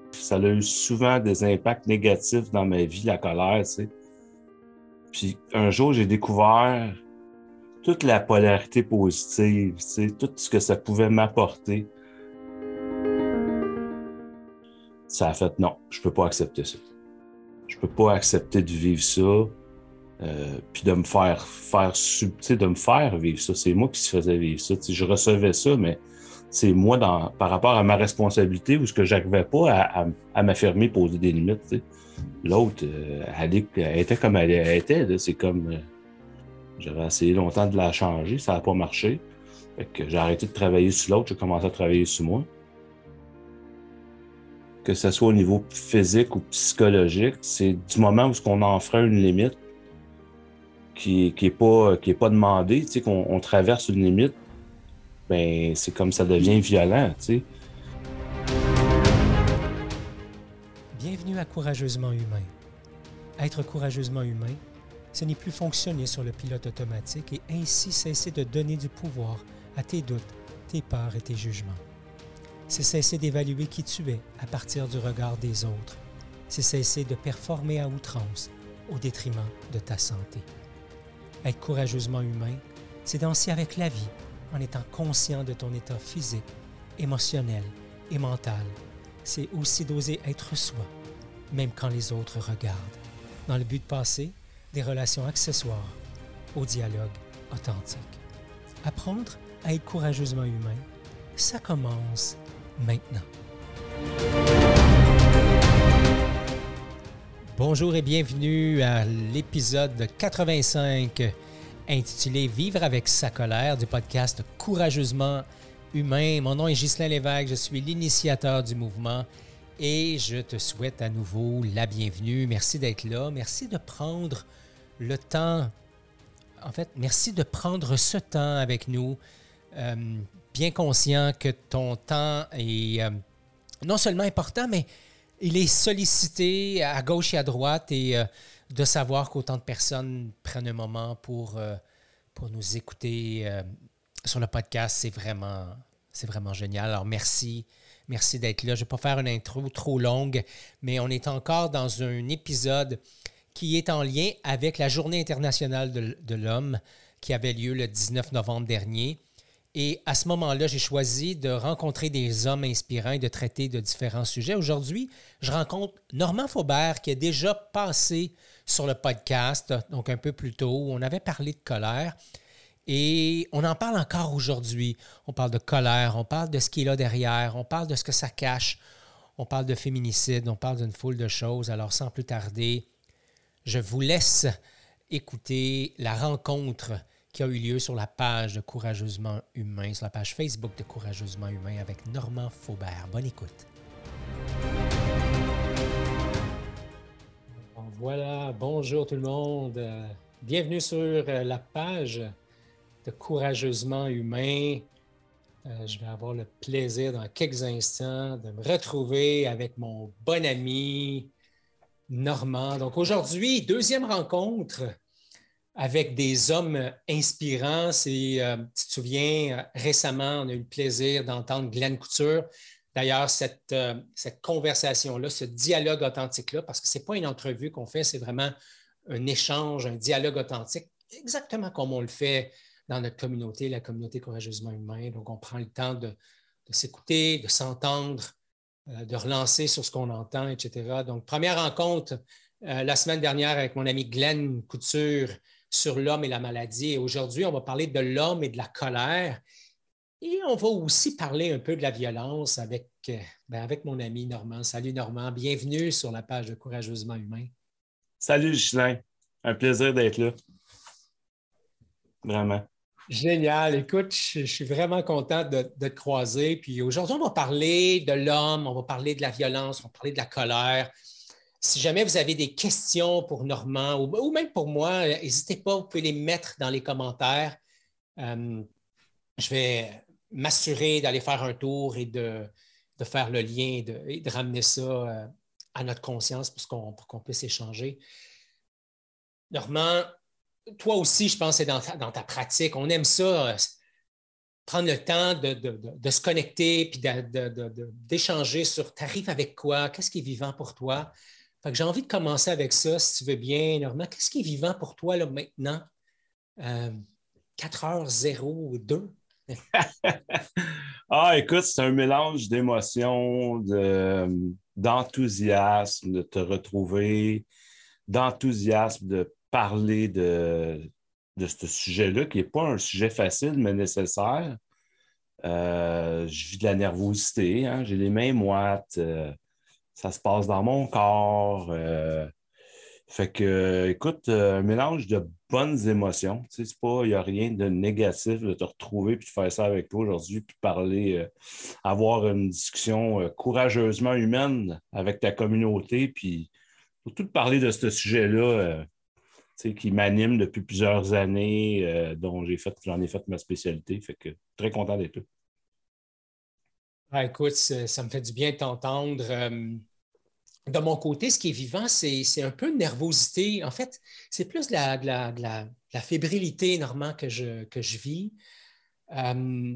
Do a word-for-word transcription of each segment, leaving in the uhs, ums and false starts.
Ça a eu souvent des impacts négatifs dans ma vie, la colère, tu sais. Puis un jour, j'ai découvert toute la polarité positive, tu sais, tout ce que ça pouvait m'apporter. Ça a fait non, je peux pas accepter ça. Je peux pas accepter de vivre ça, euh, puis de me faire faire tu sais, de me faire vivre ça. C'est moi qui se faisais vivre ça. Tu sais, je recevais ça, mais c'est moi dans, par rapport à ma responsabilité où ce que j'arrivais pas à, à, à m'affirmer, poser des limites. Tu sais. L'autre, euh, elle, elle était comme elle, elle était. Là. C'est comme euh, j'avais essayé longtemps de la changer, ça n'a pas marché. Fait que j'ai arrêté de travailler sur l'autre, j'ai commencé à travailler sur moi. Que ce soit au niveau physique ou psychologique, c'est du moment où on enfreint une limite qui qui est pas qui est pas demandée, tu sais, qu'on on traverse une limite, ben c'est comme ça devient violent, tu sais. Bienvenue à Courageusement Humain. Être courageusement humain, ce n'est plus fonctionner sur le pilote automatique et ainsi cesser de donner du pouvoir à tes doutes, tes peurs et tes jugements. C'est cesser d'évaluer qui tu es à partir du regard des autres. C'est cesser de performer à outrance au détriment de ta santé. Être courageusement humain, c'est danser avec la vie en étant conscient de ton état physique, émotionnel et mental. C'est aussi d'oser être soi, même quand les autres regardent, dans le but de passer des relations accessoires au dialogue authentique. Apprendre à être courageusement humain, ça commence maintenant. Bonjour et bienvenue à l'épisode quatre-vingt-cinq intitulé « Vivre avec sa colère » du podcast « Courageusement humain ». Mon nom est Ghislain Lévesque, je suis l'initiateur du mouvement et je te souhaite à nouveau la bienvenue. Merci d'être là, merci de prendre le temps, en fait, merci de prendre ce temps avec nous, euh, bien conscient que ton temps est euh, non seulement important, mais il est sollicité à gauche et à droite et euh, de savoir qu'autant de personnes prennent un moment pour, euh, pour nous écouter euh, sur le podcast, c'est vraiment, c'est vraiment génial. Alors merci, merci d'être là. Je ne vais pas faire une intro trop longue, mais on est encore dans un épisode qui est en lien avec la Journée internationale de, de l'homme qui avait lieu le dix-neuf novembre dernier. Et à ce moment-là, j'ai choisi de rencontrer des hommes inspirants et de traiter de différents sujets. Aujourd'hui, je rencontre Normand Faubert qui est déjà passé sur le podcast, donc un peu plus tôt, où on avait parlé de colère. Et on en parle encore aujourd'hui. On parle de colère, on parle de ce qui est là derrière, on parle de ce que ça cache, on parle de féminicide, on parle d'une foule de choses. Alors, sans plus tarder, je vous laisse écouter la rencontre qui a eu lieu sur la page de Courageusement Humain, sur la page Facebook de Courageusement Humain avec Normand Faubert. Bonne écoute. Voilà, bonjour tout le monde. Bienvenue sur la page de Courageusement Humain. Euh, je vais avoir le plaisir dans quelques instants de me retrouver avec mon bon ami Normand. Donc aujourd'hui, deuxième rencontre avec des hommes inspirants. C'est, euh, tu te souviens, récemment, on a eu le plaisir d'entendre Glenn Couture. D'ailleurs, cette, euh, cette conversation-là, ce dialogue authentique-là, parce que ce n'est pas une entrevue qu'on fait, c'est vraiment un échange, un dialogue authentique, exactement comme on le fait dans notre communauté, la communauté Courageusement Humain. Donc, on prend le temps de, de s'écouter, de s'entendre, euh, de relancer sur ce qu'on entend, et cetera. Donc, première rencontre euh, la semaine dernière avec mon ami Glenn Couture sur l'homme et la maladie. Et aujourd'hui, on va parler de l'homme et de la colère. Et on va aussi parler un peu de la violence avec, euh, ben avec mon ami Normand. Salut Normand, bienvenue sur la page de Courageusement Humain. Salut Ghislain, un plaisir d'être là. Vraiment. Génial. Écoute, je, je suis vraiment content de, de te croiser. Puis aujourd'hui, on va parler de l'homme, on va parler de la violence, on va parler de la colère. Si jamais vous avez des questions pour Normand ou, ou même pour moi, n'hésitez pas, vous pouvez les mettre dans les commentaires. Euh, je vais m'assurer d'aller faire un tour et de, de faire le lien et de, et de ramener ça euh, à notre conscience pour qu'on, pour qu'on puisse échanger. Normand, toi aussi, je pense que c'est dans ta, dans ta pratique. On aime ça, prendre le temps de, de, de, de se connecter puis de, de, de, de, d'échanger sur t'arrives avec quoi, qu'est-ce qui est vivant pour toi. Fait que j'ai envie de commencer avec ça, si tu veux bien, Normand. Qu'est-ce qui est vivant pour toi là, maintenant? Euh, quatre heures zéro deux. Ah, écoute, c'est un mélange d'émotions, de, d'enthousiasme, de te retrouver, d'enthousiasme, de parler de, de ce sujet-là, qui n'est pas un sujet facile, mais nécessaire. Euh, je vis de la nervosité, hein, j'ai les mains moites, euh, ça se passe dans mon corps. Euh, fait que, écoute, euh, un mélange de bonnes émotions. Tu sais, c'est pas, il n'y a rien de négatif de te retrouver puis de faire ça avec toi aujourd'hui, puis parler, euh, avoir une discussion euh, courageusement humaine avec ta communauté, puis surtout de parler de ce sujet-là, euh, tu sais, qui m'anime depuis plusieurs années, euh, dont j'ai fait, j'en ai fait ma spécialité. Fait que très content d'être là. Ah, écoute, ça, ça me fait du bien de t'entendre. Euh, de mon côté, ce qui est vivant, c'est, c'est un peu de nervosité. En fait, c'est plus de la, de la, de la, de la fébrilité, Normand, que je, que je vis. Euh,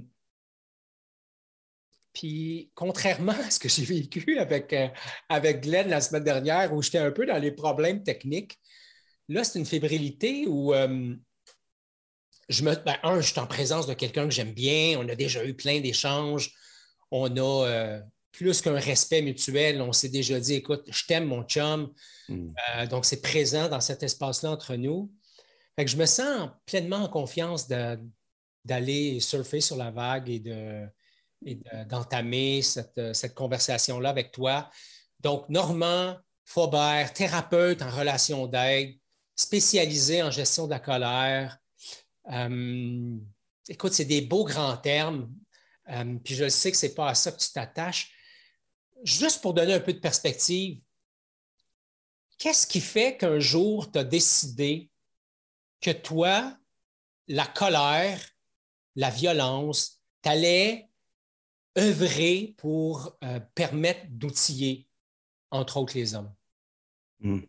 puis, contrairement à ce que j'ai vécu avec, euh, avec Glenn la semaine dernière, où j'étais un peu dans les problèmes techniques, là, c'est une fébrilité où euh, je me. Ben, un, je suis en présence de quelqu'un que j'aime bien. On a déjà eu plein d'échanges. On a euh, plus qu'un respect mutuel. On s'est déjà dit, écoute, je t'aime, mon chum. Mm. Euh, donc, c'est présent dans cet espace-là entre nous. Fait que je me sens pleinement en confiance de, d'aller surfer sur la vague et, de, et de, d'entamer cette, cette conversation-là avec toi. Donc, Normand Faubert, thérapeute en relation d'aide, spécialisé en gestion de la colère. Euh, écoute, c'est des beaux grands termes. Euh, puis je sais que ce n'est pas à ça que tu t'attaches. Juste pour donner un peu de perspective, qu'est-ce qui fait qu'un jour, tu as décidé que toi, la colère, la violence, tu allais œuvrer pour euh, permettre d'outiller, entre autres, les hommes? Mm.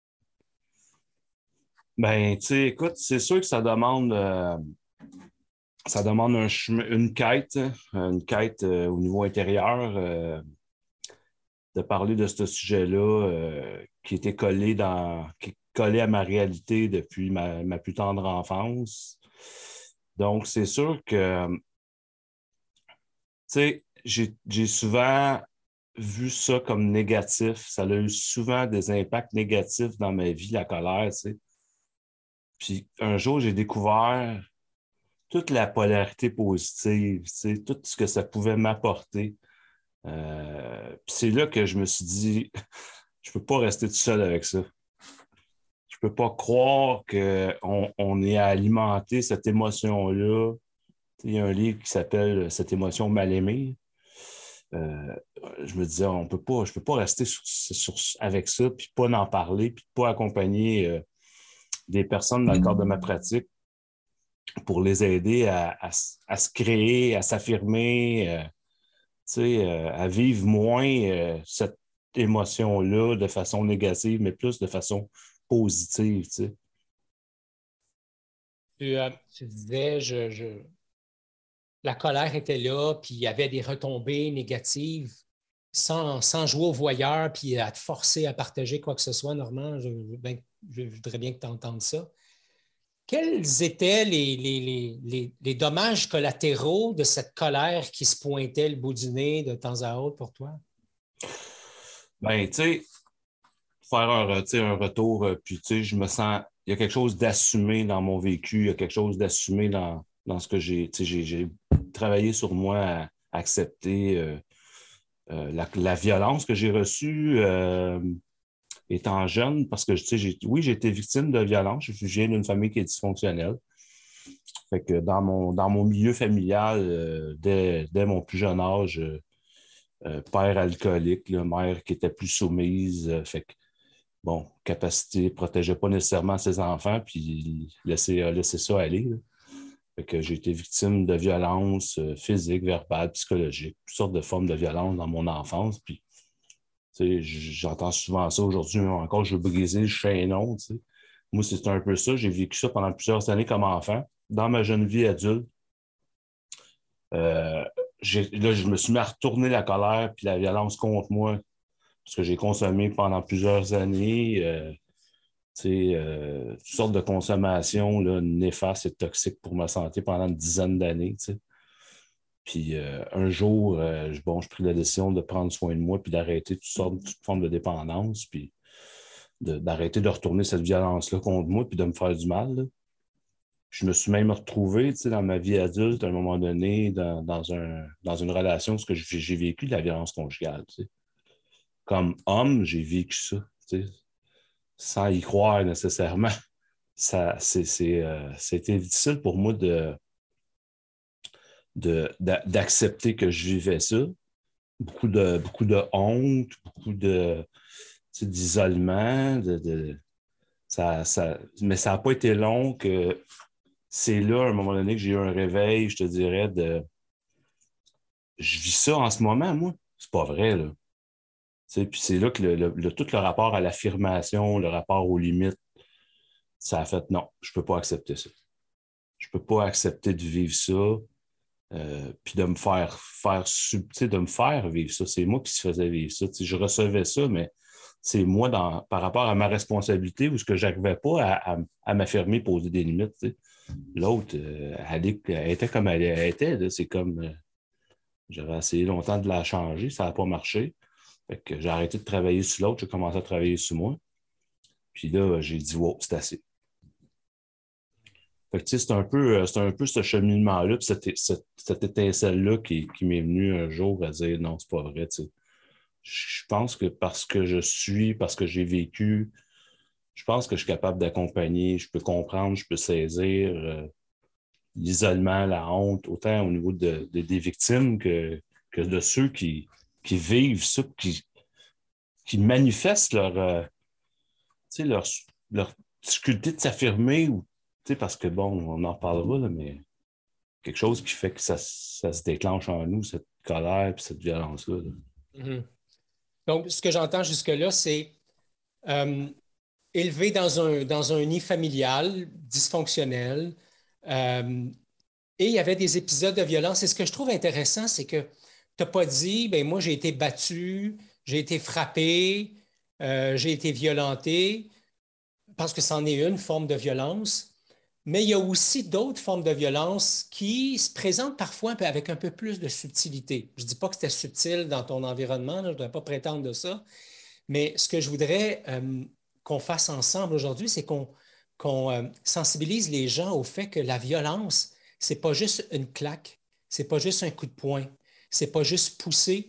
Ben, tu sais, écoute, c'est sûr que ça demande, euh, ça demande un chemin, une quête, hein, une quête euh, au niveau intérieur, euh, de parler de ce sujet-là euh, qui était collé dans, qui est collé à ma réalité depuis ma, ma plus tendre enfance. Donc, c'est sûr que, tu sais, j'ai, j'ai souvent vu ça comme négatif. Ça a eu souvent des impacts négatifs dans ma vie, la colère, tu sais. Puis un jour, j'ai découvert toute la polarité positive, tu sais, tout ce que ça pouvait m'apporter. Euh, puis c'est là que je me suis dit, je peux pas rester tout seul avec ça. Je peux pas croire qu'on on est à alimenter cette émotion-là. Il y a un livre qui s'appelle Cette émotion mal aimée. Euh, je me disais, on peut pas, je peux pas rester sur, sur, avec ça, puis pas en parler, puis pas accompagner euh, des personnes dans le cadre de ma pratique pour les aider à, à, à se créer, à s'affirmer, euh, tu sais, euh, à vivre moins euh, cette émotion-là de façon négative, mais plus de façon positive, tu sais. Tu, euh, tu disais, je, je, la colère était là, puis il y avait des retombées négatives sans, sans jouer au voyeur, puis à te forcer à partager quoi que ce soit, Normand. Je, ben, je voudrais bien que tu entendes ça. Quels étaient les, les, les, les, les dommages collatéraux de cette colère qui se pointait le bout du nez de temps à autre pour toi? Ben, tu sais, faire un, tu sais, un retour, euh, puis tu sais, je me sens, il y a quelque chose d'assumé dans mon vécu, il y a quelque chose d'assumé dans, dans ce que j'ai, tu sais, j'ai, j'ai travaillé sur moi à accepter euh, euh, la, la violence que j'ai reçue euh, étant jeune, parce que, tu sais, j'ai, oui, j'ai été victime de violence, je viens d'une famille qui est dysfonctionnelle. Fait que dans mon, dans mon milieu familial, euh, dès, dès mon plus jeune âge, euh, euh, père alcoolique, là, mère qui était plus soumise, euh, fait que bon, capacité, protégeait pas nécessairement ses enfants, puis laisser, laisser ça aller. Là. Fait que j'ai été victime de violences euh, physiques, verbales, psychologiques, toutes sortes de formes de violence dans mon enfance. Puis, tu sais, j'entends souvent ça aujourd'hui, encore, je veux briser le chaînon, tu sais. Moi, c'est un peu ça. J'ai vécu ça pendant plusieurs années comme enfant. Dans ma jeune vie adulte, Euh, j'ai, là, je me suis mis à retourner la colère puis la violence contre moi, parce que j'ai consommé pendant plusieurs années. Euh, euh, toutes sortes de consommations là, néfastes et toxiques pour ma santé pendant une dizaine d'années. T'sais. Puis euh, un jour, euh, je, bon, je pris la décision de prendre soin de moi puis d'arrêter toutes sortes, toute forme de dépendance, puis de, d'arrêter de retourner cette violence-là contre moi puis de me faire du mal. Là. Je me suis même retrouvé dans ma vie adulte, à un moment donné, dans, dans, un, dans une relation parce que j'ai, j'ai vécu de la violence conjugale. T'sais. Comme homme, j'ai vécu ça, t'sais, sans y croire nécessairement. Ça, c'est, c'est, euh, c'était difficile pour moi de, de, d'accepter que je vivais ça. Beaucoup de, beaucoup de honte, beaucoup de, d'isolement. De, de, ça, ça, mais ça n'a pas été long que c'est là, à un moment donné, que j'ai eu un réveil, je te dirais, de je vis ça en ce moment, moi. C'est pas vrai, là. T'sais, puis c'est là que le, le, le, tout le rapport à l'affirmation, le rapport aux limites, ça a fait non, je ne peux pas accepter ça. Je ne peux pas accepter de vivre ça, euh, puis de me faire, faire de me faire vivre ça. C'est moi qui se faisais vivre ça. T'sais, je recevais ça, mais c'est moi dans, par rapport à ma responsabilité où ce que je n'arrivais pas à, à, à m'affirmer, poser des limites. T'sais. L'autre, euh, elle, elle était comme elle, elle était. Là. C'est comme euh, j'avais essayé longtemps de la changer, ça n'a pas marché. Fait que j'ai arrêté de travailler sur l'autre, j'ai commencé à travailler sur moi. Puis là, j'ai dit, wow, c'est assez. Fait que, c'est un peu, c'est un peu ce cheminement-là, puis cette, cette, cette étincelle-là qui, qui m'est venue un jour à dire, non, c'est pas vrai. T'sais. Je pense que parce que je suis, parce que j'ai vécu, je pense que je suis capable d'accompagner, je peux comprendre, je peux saisir euh, l'isolement, la honte, autant au niveau de, de, des victimes que, que de ceux qui, qui vivent ça, qui, qui manifestent leur, euh, leur, leur difficulté de s'affirmer, ou, parce que, bon, on en reparlera, là, mais quelque chose qui fait que ça, ça se déclenche en nous, cette colère et cette violence-là. Là. Mm-hmm. Donc, ce que j'entends jusque-là, c'est euh, élevé dans un, dans un nid familial dysfonctionnel, euh, et il y avait des épisodes de violence. Et ce que je trouve intéressant, c'est que tu n'as pas dit, ben moi, j'ai été battu, j'ai été frappé, euh, j'ai été violenté, parce que c'en est une forme de violence. Mais il y a aussi d'autres formes de violence qui se présentent parfois un peu avec un peu plus de subtilité. Je ne dis pas que c'était subtil dans ton environnement, là, je ne voudrais pas prétendre de ça, mais ce que je voudrais euh, qu'on fasse ensemble aujourd'hui, c'est qu'on qu'on euh, sensibilise les gens au fait que la violence, c'est pas juste une claque, c'est pas juste un coup de poing, c'est pas juste pousser,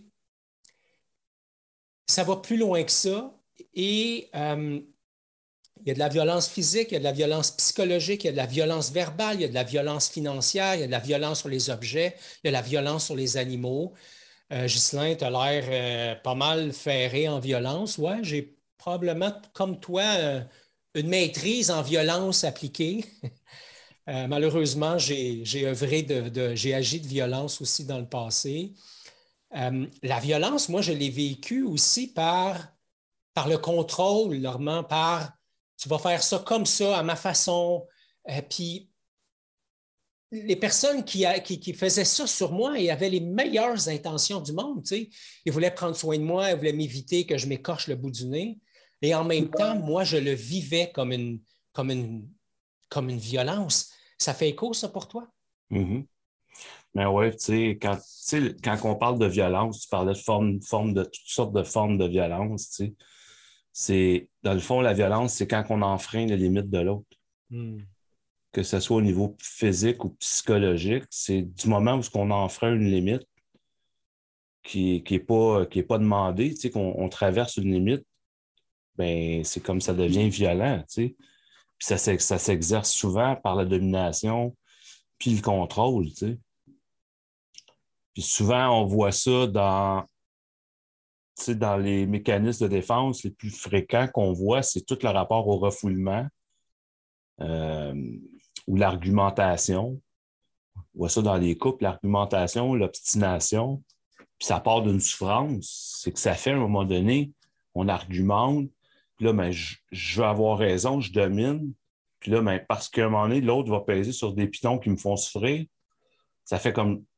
ça va plus loin que ça. Et euh, il y a de la violence physique, il y a de la violence psychologique, il y a de la violence verbale, il y a de la violence financière, il y a de la violence sur les objets, il y a de la violence sur les animaux. Euh, Ghislain, tu as l'air euh, pas mal ferré en violence. Ouais, j'ai probablement, comme toi, euh, une maîtrise en violence appliquée. Euh, malheureusement, j'ai, j'ai œuvré de, de- j'ai agi de violence aussi dans le passé. Euh, la violence, moi, je l'ai vécue aussi par, par le contrôle, Normand, par tu vas faire ça comme ça, à ma façon. Euh, puis les personnes qui, a- qui, qui faisaient ça sur moi et avaient les meilleures intentions du monde, tu sais. Ils voulaient prendre soin de moi, ils voulaient m'éviter que je m'écorche le bout du nez. Et en même temps, moi, je le vivais comme une, comme une, comme une violence. Ça fait écho, ça, pour toi? Mm-hmm. Mais ouais, tu sais, quand, quand on parle de violence, tu parlais de forme, forme de toutes sortes de formes de violence, tu sais. C'est, dans le fond, la violence, c'est quand on enfreint les limites de l'autre. Mm. Que ce soit au niveau physique ou psychologique, c'est du moment où on enfreint une limite qui n'est pas, qui est pas demandée, tu sais, qu'on on traverse une limite, ben c'est comme ça devient violent, tu sais. Puis ça, ça s'exerce souvent par la domination puis le contrôle, tu sais. Puis souvent, on voit ça dans, tu sais, dans les mécanismes de défense les plus fréquents qu'on voit, c'est tout le rapport au refoulement euh, ou l'argumentation. On voit ça dans les couples, l'argumentation, l'obstination. Puis ça part d'une souffrance. C'est que ça fait, à un moment donné, on argumente. Puis là, ben, je, je veux avoir raison, je domine. Puis là, ben, parce qu'à un moment donné, l'autre va peser sur des pitons qui me font souffrir. Ça fait comme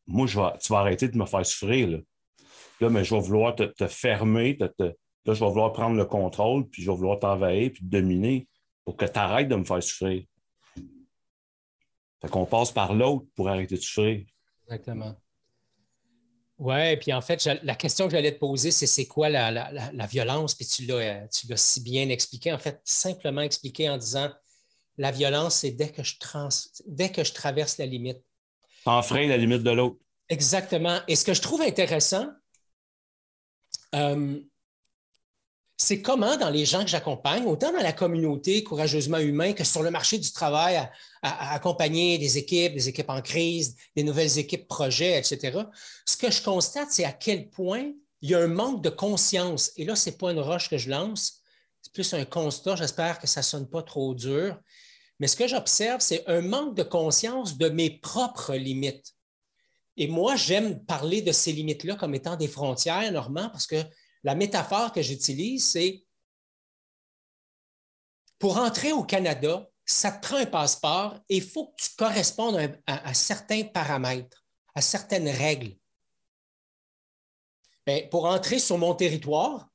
moi, je vais, tu vas arrêter de me faire souffrir. Là, là mais je vais vouloir te, te fermer, te, te, là, je vais vouloir prendre le contrôle, puis je vais vouloir t'envahir, puis te dominer pour que tu arrêtes de me faire souffrir. Fait qu'on passe par l'autre pour arrêter de souffrir. Exactement. Oui, puis en fait, la question que j'allais te poser, c'est c'est quoi la, la, la, la violence? Puis tu l'as, tu l'as si bien expliqué. En fait, simplement expliqué en disant la violence, c'est dès que je trans, dès que je traverse la limite. T'enfreins la limite de l'autre. Exactement. Et ce que je trouve intéressant, euh, c'est comment dans les gens que j'accompagne, autant dans la communauté courageusement humain que sur le marché du travail, à, à, à accompagner des équipes, des équipes en crise, des nouvelles équipes projets, et cetera. Ce que je constate, c'est à quel point il y a un manque de conscience. Et là, ce n'est pas une roche que je lance, c'est plus un constat. J'espère que ça ne sonne pas trop dur. Mais ce que j'observe, c'est un manque de conscience de mes propres limites. Et moi, j'aime parler de ces limites-là comme étant des frontières, Normand, parce que la métaphore que j'utilise, c'est pour entrer au Canada, ça te prend un passeport et il faut que tu correspondes à, à, à certains paramètres, à certaines règles. Bien, pour entrer sur mon territoire,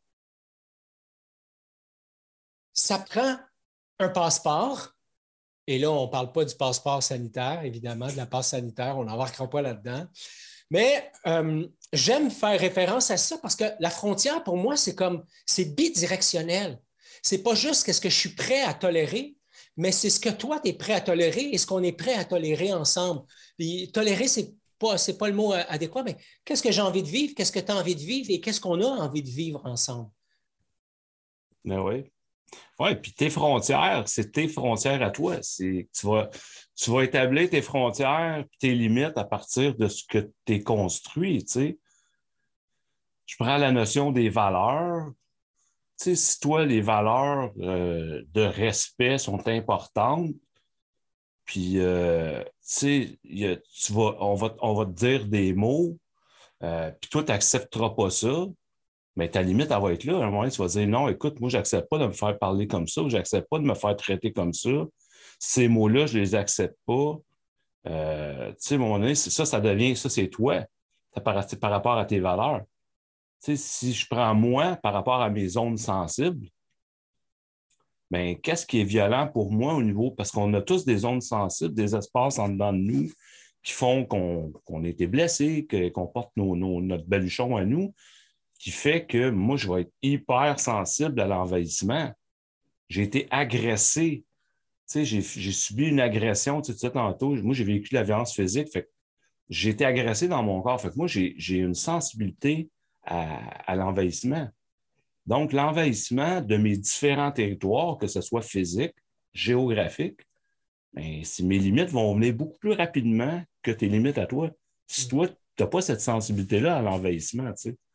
ça prend un passeport. Et là, on ne parle pas du passeport sanitaire, évidemment, de la passe sanitaire, on n'embarquera pas là-dedans. Mais euh, j'aime faire référence à ça parce que la frontière, pour moi, c'est comme, c'est bidirectionnel. Ce n'est pas juste ce que je suis prêt à tolérer, mais c'est ce que toi, tu es prêt à tolérer et ce qu'on est prêt à tolérer ensemble. Puis, tolérer, ce n'est pas, c'est pas le mot adéquat, mais qu'est-ce que j'ai envie de vivre, qu'est-ce que tu as envie de vivre et qu'est-ce qu'on a envie de vivre ensemble? Ben oui. Oui, puis tes frontières, c'est tes frontières à toi. C'est, tu vas, tu vas établir tes frontières et tes limites à partir de ce que tu es construit, tu sais. Je prends la notion des valeurs. Tu sais, si toi, les valeurs euh, de respect sont importantes, puis, euh, tu sais, y a- tu vas, on va, on va te dire des mots, euh, puis toi, tu n'accepteras pas ça, mais ta limite, elle va être là. À un moment donné, tu vas dire non, écoute, moi, je n'accepte pas de me faire parler comme ça, ou je n'accepte pas de me faire traiter comme ça. Ces mots-là, je ne les accepte pas. Euh, tu sais, à un moment donné, c'est ça, ça devient, ça, c'est toi, par, par rapport à tes valeurs. Tu sais, si je prends moi par rapport à mes zones sensibles, bien, qu'est-ce qui est violent pour moi au niveau, parce qu'on a tous des zones sensibles, des espaces en dedans de nous qui font qu'on qu'on a été blessé, que, qu'on porte nos, nos, notre baluchon à nous, qui fait que moi, je vais être hyper sensible à l'envahissement. J'ai été agressé. Tu sais, j'ai, j'ai subi une agression, tu sais, tantôt. Moi, j'ai vécu de la violence physique. Fait que j'ai été agressé dans mon corps. Fait que moi, j'ai, j'ai une sensibilité à, à l'envahissement. Donc, l'envahissement de mes différents territoires, que ce soit physique, géographique, bien, si mes limites vont venir beaucoup plus rapidement que tes limites à toi. Si toi, tu n'as pas cette sensibilité-là à l'envahissement, tu sais.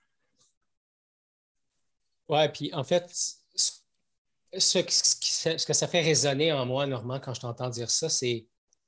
Oui, puis en fait, ce, ce, ce que ça fait résonner en moi, Normand, quand je t'entends dire ça, c'est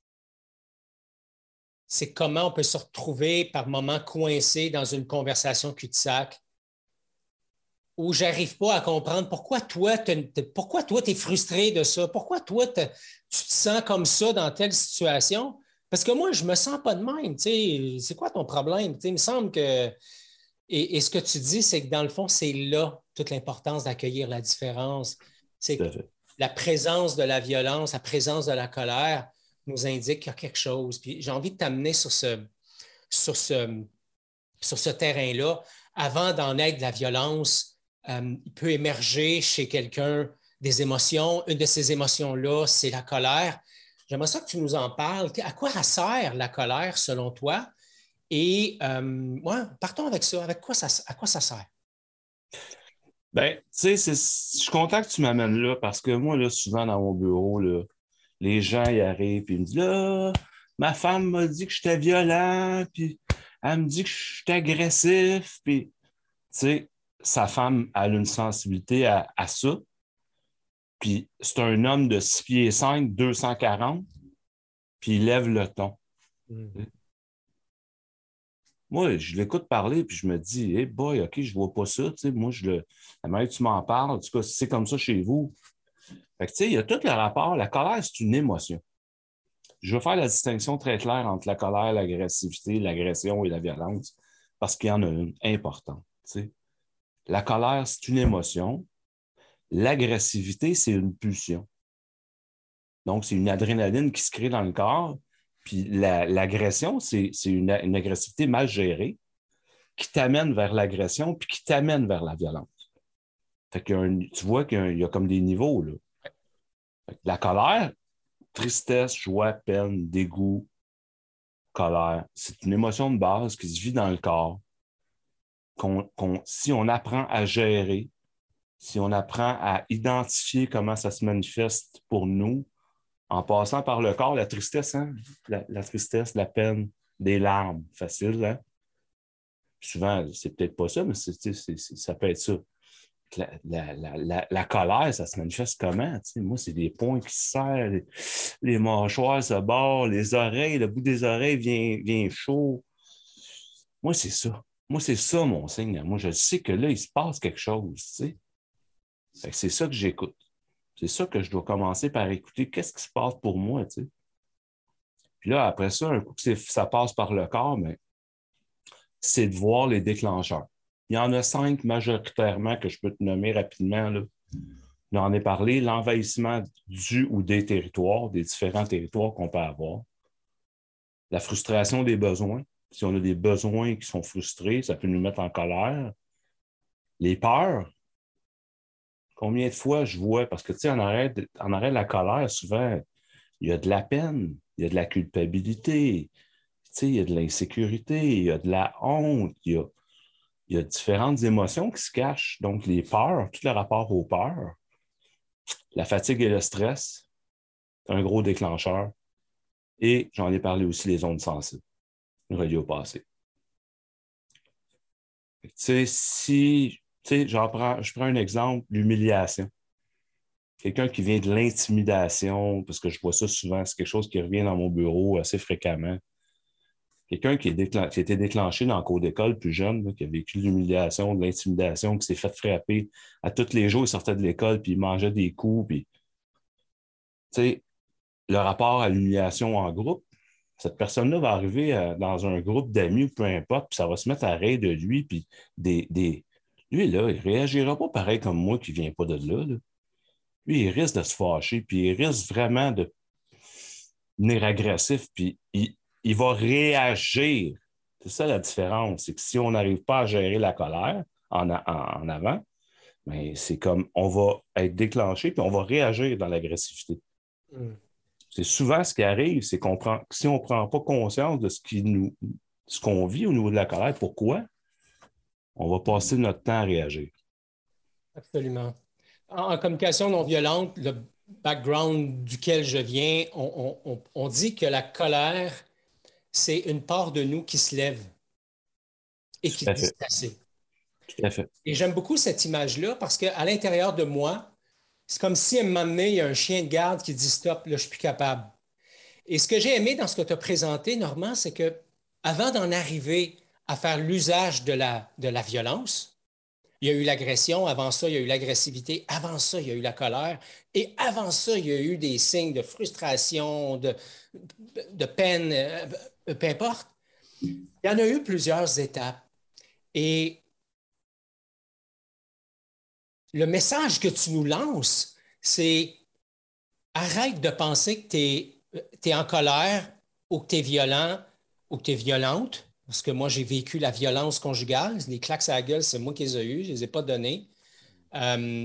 c'est comment on peut se retrouver par moments coincé dans une conversation cul-de-sac où j'arrive pas à comprendre pourquoi toi, pourquoi toi, tu es frustré de ça, pourquoi toi, tu te sens comme ça dans telle situation. Parce que moi, je me sens pas de même. C'est quoi ton problème? T'sais, il me semble que. Et, et ce que tu dis, c'est que dans le fond, c'est là toute l'importance d'accueillir la différence. C'est que la présence de la violence, la présence de la colère nous indique qu'il y a quelque chose. Puis j'ai envie de t'amener sur ce, sur ce, sur ce terrain-là. Avant d'en être de la violence, euh, il peut émerger chez quelqu'un des émotions. Une de ces émotions-là, c'est la colère. J'aimerais ça que tu nous en parles. À quoi ça sert la colère selon toi? Et euh, ouais, partons avec ça. Avec quoi ça, à quoi ça sert? Bien, tu sais, je suis content que tu m'amènes là parce que moi, là, souvent dans mon bureau, là, les gens y arrivent et ils me disent là, ma femme m'a dit que j'étais violent, puis elle me dit que je suis agressif, puis tu sais, sa femme a une sensibilité à, à ça. Puis c'est un homme de six pieds cinq, deux cent quarante, puis il lève le ton. Mm. Moi, je l'écoute parler, puis je me dis, hey boy, OK, je vois pas ça. Tu sais, moi, je le. La manière que tu m'en parles, en tout cas, si c'est comme ça chez vous. Fait que, tu sais, il y a tout le rapport. La colère, c'est une émotion. je veux faire la distinction très claire entre la colère, l'agressivité, l'agression et la violence, parce qu'il y en a une importante. Tu sais. La colère, c'est une émotion. L'agressivité, c'est une pulsion. Donc, c'est une adrénaline qui se crée dans le corps. Puis la, l'agression, c'est, c'est une, une agressivité mal gérée qui t'amène vers l'agression puis qui t'amène vers la violence. Fait qu'il y a un, tu vois qu'il y a, un, il y a comme des niveaux, là. Fait que la colère, tristesse, joie, peine, dégoût, colère, c'est une émotion de base qui se vit dans le corps. Qu'on, qu'on, si on apprend à gérer, si on apprend à identifier comment ça se manifeste pour nous, en passant par le corps, la tristesse, hein? la, la tristesse, la peine, des larmes, facile. Hein? Souvent, c'est peut-être pas ça, mais c'est, c'est, c'est, ça peut être ça. La, la, la, la, la colère, ça se manifeste comment? T'sais? Moi, c'est des poings qui se serrent, les, les mâchoires se barrent, les oreilles, le bout des oreilles vient, vient chaud. Moi, c'est ça. Moi, c'est ça, mon signe. Moi, je sais que là, il se passe quelque chose. T'sais? Fait que c'est ça que j'écoute. C'est ça que je dois commencer par écouter. Qu'est-ce qui se passe pour moi? T'sais? Puis là, après ça, un coup que ça passe par le corps, mais c'est de voir les déclencheurs. Il y en a cinq majoritairement que je peux te nommer rapidement. Là. J'en ai parlé. L'envahissement du ou des territoires, des différents territoires qu'on peut avoir. La frustration des besoins. Si on a des besoins qui sont frustrés, ça peut nous mettre en colère. Les peurs. Combien de fois je vois, parce que tu sais, en arrêt de, en arrêt de la colère, souvent, il y a de la peine, il y a de la culpabilité, tu sais, il y a de l'insécurité, il y a de la honte, il y a, il y a différentes émotions qui se cachent. Donc, les peurs, tout le rapport aux peurs, la fatigue et le stress, c'est un gros déclencheur. Et j'en ai parlé aussi, les ondes sensibles, reliées au passé. Tu sais, si, tu sais, j'en prends, je prends un exemple, l'humiliation. Quelqu'un qui vient de l'intimidation, parce que je vois ça souvent, c'est quelque chose qui revient dans mon bureau assez fréquemment. Quelqu'un qui, est déclen- qui a été déclenché dans le cours d'école plus jeune, là, qui a vécu de l'humiliation, de l'intimidation, qui s'est fait frapper. À tous les jours, il sortait de l'école, puis il mangeait des coups. Puis, tu sais, le rapport à l'humiliation en groupe, cette personne-là va arriver à- dans un groupe d'amis ou peu importe, puis ça va se mettre à rire de lui, puis des, des... lui, là, il ne réagira pas pareil comme moi qui ne vient pas de là, là. Lui, il risque de se fâcher, puis il risque vraiment de devenir agressif, puis il, il va réagir. C'est ça la différence. C'est que si on n'arrive pas à gérer la colère en, a, en, en avant, bien, c'est comme on va être déclenché, puis on va réagir dans l'agressivité. Mm. C'est souvent ce qui arrive, c'est qu'on prend, si on ne prend pas conscience de ce, qui nous, ce qu'on vit au niveau de la colère, pourquoi, on va passer notre temps à réagir. Absolument. En, en communication non violente, le background duquel je viens, on, on, on dit que la colère, c'est une part de nous qui se lève et qui se dit assez. Tout à fait. Et j'aime beaucoup cette image-là parce qu'à l'intérieur de moi, c'est comme si à un moment donné, il y a un chien de garde qui dit stop, là, je suis plus capable. Et ce que j'ai aimé dans ce que tu as présenté, Normand, c'est que avant d'en arriver à faire l'usage de la, de la violence, il y a eu l'agression, avant ça, il y a eu l'agressivité, avant ça, il y a eu la colère, et avant ça, il y a eu des signes de frustration, de, de peine, euh, peu importe. Il y en a eu plusieurs étapes. Et le message que tu nous lances, c'est arrête de penser que tu es, es en colère ou que tu es violent ou que tu es violente, parce que moi, j'ai vécu la violence conjugale. Les claques à la gueule, c'est moi qui les ai eues, je ne les ai pas données. Euh,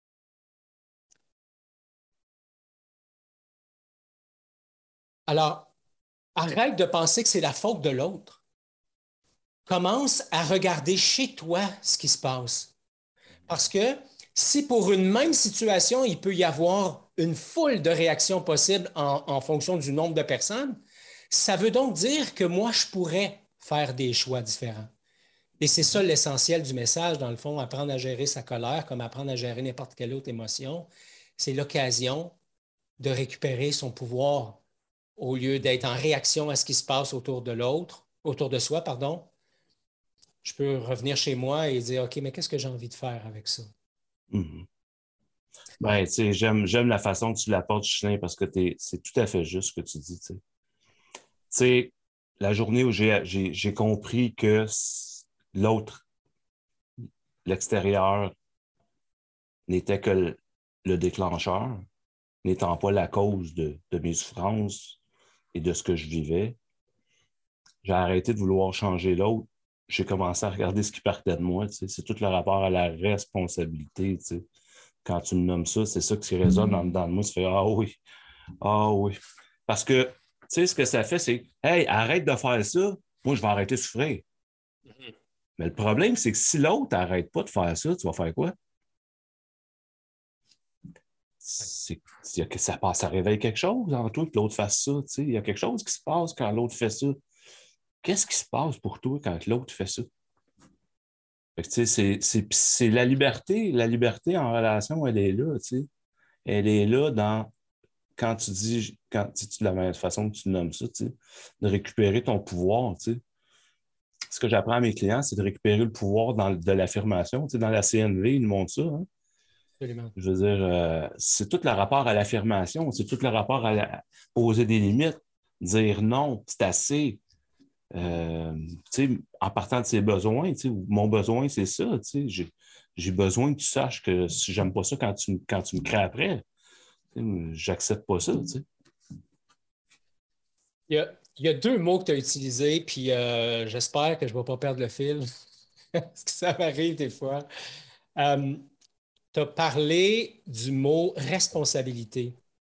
alors, arrête de penser que c'est la faute de l'autre. Commence à regarder chez toi ce qui se passe. Parce que si pour une même situation, il peut y avoir une foule de réactions possibles en, en fonction du nombre de personnes, ça veut donc dire que moi, je pourrais faire des choix différents. Et c'est ça l'essentiel du message, dans le fond, apprendre à gérer sa colère comme apprendre à gérer n'importe quelle autre émotion. C'est l'occasion de récupérer son pouvoir au lieu d'être en réaction à ce qui se passe autour de l'autre, autour de soi, pardon. Je peux revenir chez moi et dire, OK, mais qu'est-ce que j'ai envie de faire avec ça? Mm-hmm. Ben, tu sais, j'aime, j'aime la façon que tu l'apportes, Ghislain, parce que t'es, c'est tout à fait juste ce que tu dis, tu sais. Tu sais, la journée où j'ai, j'ai, j'ai compris que l'autre, l'extérieur, n'était que le, le déclencheur, n'étant pas la cause de, de mes souffrances et de ce que je vivais, j'ai arrêté de vouloir changer l'autre. J'ai commencé à regarder ce qui partait de moi. Tu sais. C'est tout le rapport à la responsabilité. Tu sais. Quand tu me nommes ça, c'est ça qui résonne en dedans de moi. Tu fais Ah oui, ah oui. Parce que, tu sais, ce que ça fait, c'est Hey, arrête de faire ça, moi, je vais arrêter de souffrir. Mm-hmm. Mais le problème, c'est que si l'autre n'arrête pas de faire ça, tu vas faire quoi? C'est, c'est que ça, passe, ça réveille quelque chose en toi que l'autre fasse ça. Tu sais. Il y a quelque chose qui se passe quand l'autre fait ça. Qu'est-ce qui se passe pour toi quand l'autre fait ça? Fait que, c'est, c'est, c'est la liberté. La liberté en relation, elle est là. Tu sais. Elle est là dans quand tu dis, quand tu, de la même façon que tu nommes ça, tu sais, de récupérer ton pouvoir. Tu sais. Ce que j'apprends à mes clients, c'est de récupérer le pouvoir dans, de l'affirmation. Tu sais, dans la C N V, ils nous montrent ça. Hein? Absolument. Je veux dire, euh, c'est tout le rapport à l'affirmation, c'est tout le rapport à la, poser des limites, dire non, c'est assez. Euh, en partant de ses besoins, mon besoin, c'est ça. J'ai, j'ai besoin que tu saches que si j'aime pas ça quand tu, quand tu me crées après, j'accepte pas ça. T'sais. Il y a, il y a deux mots que tu as utilisés, puis euh, j'espère que je ne vais pas perdre le fil, parce que ça m'arrive des fois. Euh, tu as parlé du mot responsabilité.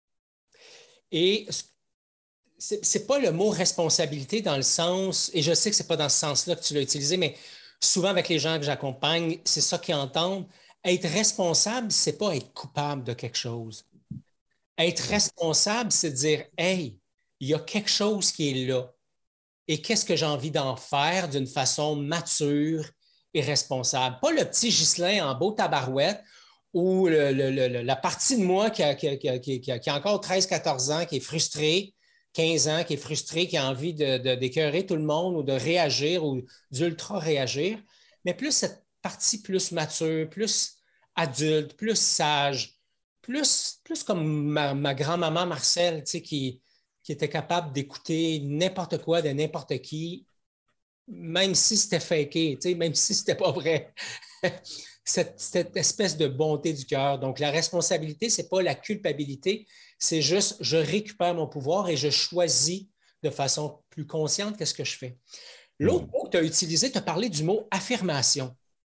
Et c'est, c'est pas le mot responsabilité dans le sens, et je sais que c'est pas dans ce sens-là que tu l'as utilisé, mais souvent avec les gens que j'accompagne, c'est ça qu'ils entendent. Être responsable, c'est pas être coupable de quelque chose. Être responsable, c'est dire, hey, il y a quelque chose qui est là. Et qu'est-ce que j'ai envie d'en faire d'une façon mature et responsable? Pas le petit Ghislain en beau tabarouette ou le, le, le, la partie de moi qui a, qui, a, qui, a, qui a, qui a encore treize quatorze ans, qui est frustrée, quinze ans, qui est frustré, qui a envie de, de, d'écœurer tout le monde ou de réagir ou d'ultra-réagir, mais plus cette partie plus mature, plus adulte, plus sage, plus, plus comme ma, ma grand-maman Marcel, tu sais, qui, qui était capable d'écouter n'importe quoi de n'importe qui, même si c'était faké, tu sais, même si c'était pas vrai. Cette, cette, espèce de bonté du cœur. Donc, la responsabilité, ce n'est pas la culpabilité, c'est juste je récupère mon pouvoir et je choisis de façon plus consciente qu'est-ce que je fais. L'autre mmh. mot que tu as utilisé, tu as parlé du mot affirmation.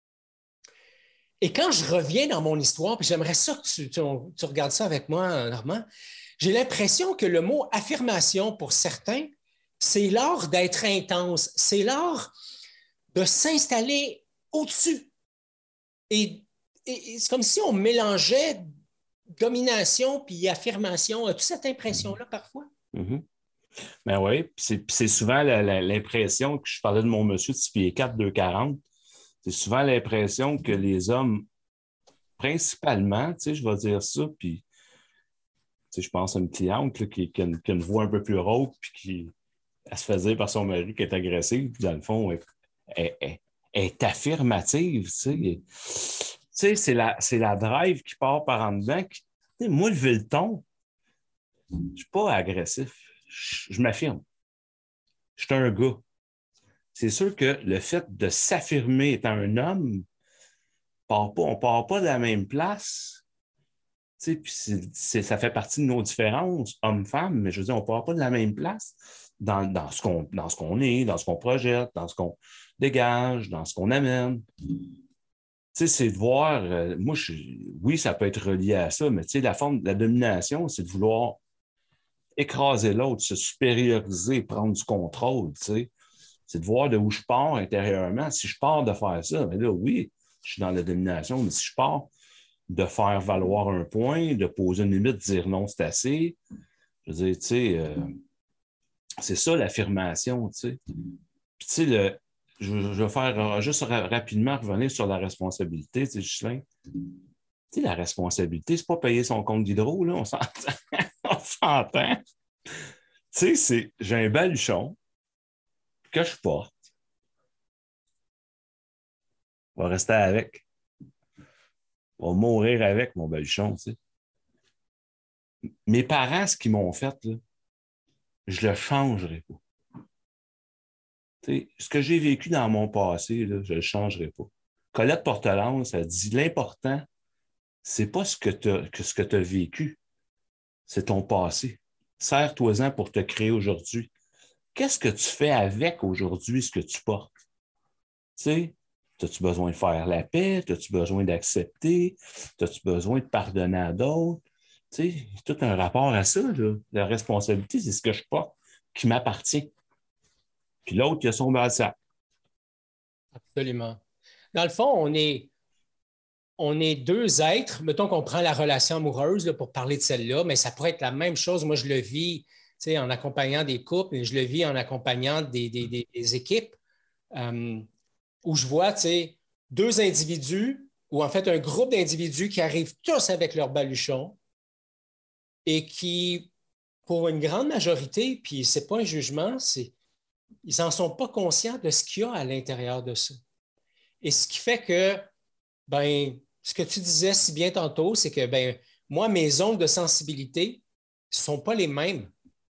Et quand je reviens dans mon histoire, puis j'aimerais ça que tu, tu, tu regardes ça avec moi, Normand, j'ai l'impression que le mot affirmation, pour certains, c'est l'art d'être intense, c'est l'art de s'installer au-dessus. Et, et, et c'est comme si on mélangeait domination puis affirmation. As-tu cette impression-là parfois? Mm-hmm. Ben oui, c'est, c'est souvent la, la, l'impression que je parlais de mon monsieur de six pieds quatre, deux quarante. C'est souvent l'impression que les hommes, principalement, tu sais, je vais dire ça, puis tu sais, je pense à une cliente là, qui, qui, a une, qui a une voix un peu plus rauque, puis qui elle se fait dire par son mari qu'elle est agressive, puis dans le fond, elle, elle, elle, elle est affirmative, tu sais. Tu sais, c'est la, c'est la drive qui part par en dedans. Qui, tu sais, moi, lever le ton, je ne suis pas agressif. Je, je m'affirme. Je suis un gars. C'est sûr que le fait de s'affirmer étant un homme, part pas, on ne part pas de la même place. Tu sais, puis c'est, c'est, ça fait partie de nos différences, hommes-femmes, mais je veux dire, on ne part pas de la même place dans, dans, ce qu'on, dans ce qu'on est, dans ce qu'on projette, dans ce qu'on dégage, dans ce qu'on amène. Tu sais, c'est de voir, euh, moi, je, oui, ça peut être relié à ça, mais tu sais, la forme de la domination, c'est de vouloir écraser l'autre, se supérioriser, prendre du contrôle, tu sais. C'est de voir de où je pars intérieurement. Si je pars de faire ça, bien là, oui, je suis dans la domination, mais si je pars de faire valoir un point, de poser une limite, de dire non, c'est assez, je veux dire, tu sais, euh, c'est ça l'affirmation, tu sais. Puis, tu sais, le, je, je vais faire juste ra- rapidement revenir sur la responsabilité, tu sais, Ghislain. Tu sais, la responsabilité, c'est pas payer son compte d'hydro, là, on s'entend. on s'entend. Tu sais, c'est, j'ai un baluchon que je porte. On va rester avec. va mourir avec mon baluchon, tu sais. Mes parents, ce qu'ils m'ont fait, là, je le changerai pas. Tu sais, ce que j'ai vécu dans mon passé, là, je le changerai pas. Colette Portelance, elle dit l'important, c'est pas ce que tu as, que ce que tu as vécu, c'est ton passé. Sers-toi-en pour te créer aujourd'hui. Qu'est-ce que tu fais avec aujourd'hui ce que tu portes? Tu sais, as-tu besoin de faire la paix? As-tu besoin d'accepter? As-tu besoin de pardonner à d'autres? Tu sais, tout un rapport à ça, là. La responsabilité, c'est ce que je porte qui m'appartient. Puis l'autre, il a son bas de sac. Absolument. Dans le fond, on est, on est deux êtres. Mettons qu'on prend la relation amoureuse là, pour parler de celle-là, mais ça pourrait être la même chose. Moi, je le vis en accompagnant des couples et je le vis en accompagnant des, des, des, des équipes euh, où je vois deux individus ou en fait un groupe d'individus qui arrivent tous avec leur baluchon et qui, pour une grande majorité, puis ce n'est pas un jugement, c'est, ils n'en sont pas conscients de ce qu'il y a à l'intérieur de ça. Et ce qui fait que, ben, ce que tu disais si bien tantôt, c'est que, ben, moi, mes zones de sensibilité ne sont pas les mêmes.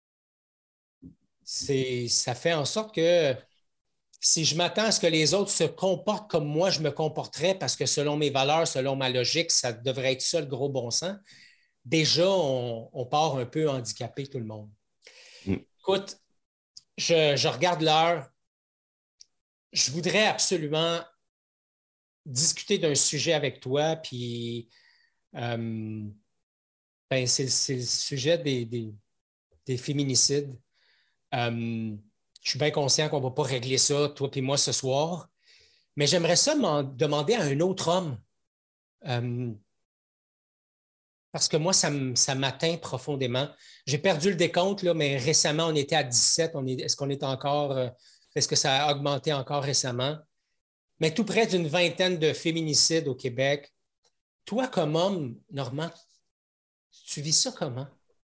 C'est, ça fait en sorte que si je m'attends à ce que les autres se comportent comme moi, je me comporterais parce que selon mes valeurs, selon ma logique, ça devrait être ça le gros bon sens. Déjà, on, on part un peu handicapé, tout le monde. Mm. Écoute, je, je regarde l'heure. Je voudrais absolument discuter d'un sujet avec toi, puis euh, ben, c'est, c'est le sujet des, des, des féminicides. Euh, je suis bien conscient qu'on ne va pas régler ça, toi et moi, ce soir, mais j'aimerais ça m'en demander à un autre homme. Euh, parce que moi, ça, ça m'atteint profondément. J'ai perdu le décompte, là, mais récemment, on était à dix-sept. On est, est-ce qu'on est encore... Euh, est-ce que ça a augmenté encore récemment? Mais tout près d'une vingtaine de féminicides au Québec. Toi, comme homme, Normand, tu vis ça comment?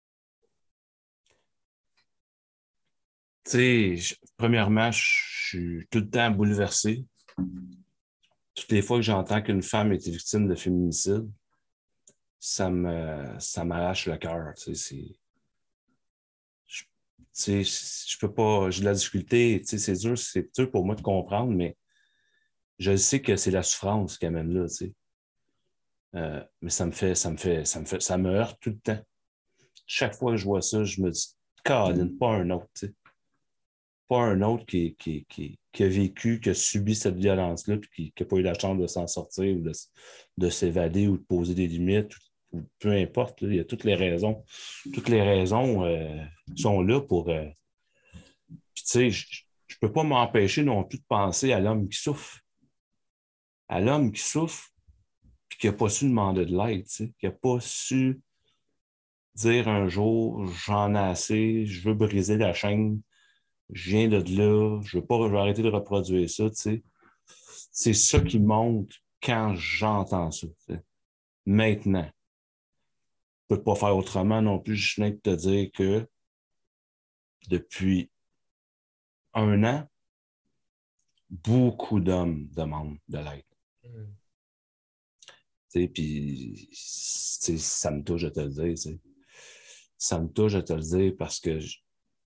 Tu sais, je, premièrement, je suis tout le temps bouleversé. Toutes les fois que j'entends qu'une femme est victime de féminicide, ça me, ça m'arrache le cœur. Tu sais, je, tu sais, je peux pas, j'ai de la difficulté. Tu sais, c'est dur, c'est dur pour moi de comprendre, mais je sais que c'est la souffrance qui amène là. Tu sais. Euh, mais ça me fait, ça me fait, ça me fait, ça me heurte tout le temps. Chaque fois que je vois ça, je me dis, Caroline, pas un autre. Tu sais. Pas un autre qui, qui, qui, qui a vécu, qui a subi cette violence-là, puis qui n'a pas eu la chance de s'en sortir ou de, de s'évader ou de poser des limites, ou peu importe. Là, il y a toutes les raisons. Toutes les raisons euh, sont là pour. Euh... Puis, tu sais, je ne peux pas m'empêcher non plus de penser à l'homme qui souffre. À l'homme qui souffre, puis qui n'a pas su demander de l'aide, tu sais, qui n'a pas su dire un jour, j'en ai assez, je veux briser la chaîne. Je viens de là, je veux pas, je veux arrêter de reproduire ça, tu sais. C'est ça qui monte quand j'entends ça. Tu sais. Maintenant, je peux pas faire autrement non plus, je viens de te dire que depuis un an, beaucoup d'hommes demandent de l'aide. Mm. Tu sais, puis ça me touche de te le dire, tu sais. Ça me touche de te le dire parce que je,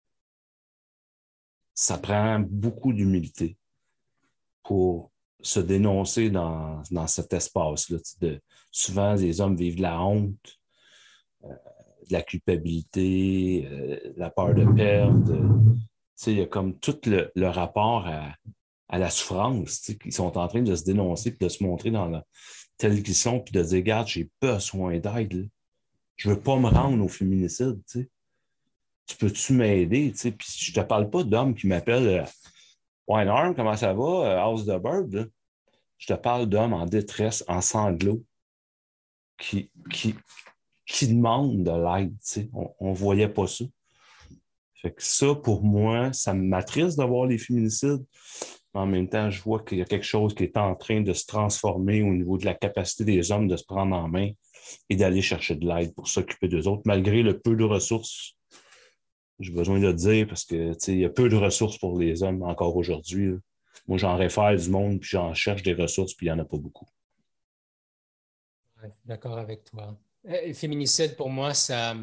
ça prend beaucoup d'humilité pour se dénoncer dans, dans cet espace-là. De, souvent, les hommes vivent de la honte, euh, de la culpabilité, euh, la peur de perdre. Il y a comme tout le, le rapport à, à la souffrance. Ils sont en train de se dénoncer et de se montrer dans la, tels qu'ils sont puis de dire, regarde, j'ai besoin d'aide. Là. Je ne veux pas me rendre au féminicide. T'sais. Tu peux-tu m'aider? Puis je ne te parle pas d'hommes qui m'appellent euh, ouais, Norm, comment ça va? House the Bird. Là. Je te parle d'hommes en détresse, en sanglots, qui, qui, qui demandent de l'aide. T'sais. On ne voyait pas ça. Fait que ça, pour moi, ça m'attriste de voir les féminicides. Mais en même temps, je vois qu'il y a quelque chose qui est en train de se transformer au niveau de la capacité des hommes de se prendre en main et d'aller chercher de l'aide pour s'occuper d'eux autres, malgré le peu de ressources. J'ai besoin de le dire parce que il y a peu de ressources pour les hommes encore aujourd'hui. Là. Moi, j'en réfère du monde, puis j'en cherche des ressources, puis il n'y en a pas beaucoup. Je suis d'accord avec toi. Euh, Le féminicide, pour moi, ça.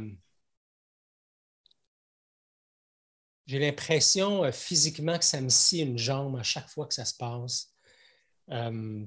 J'ai l'impression euh, physiquement que ça me scie une jambe à chaque fois que ça se passe. Euh,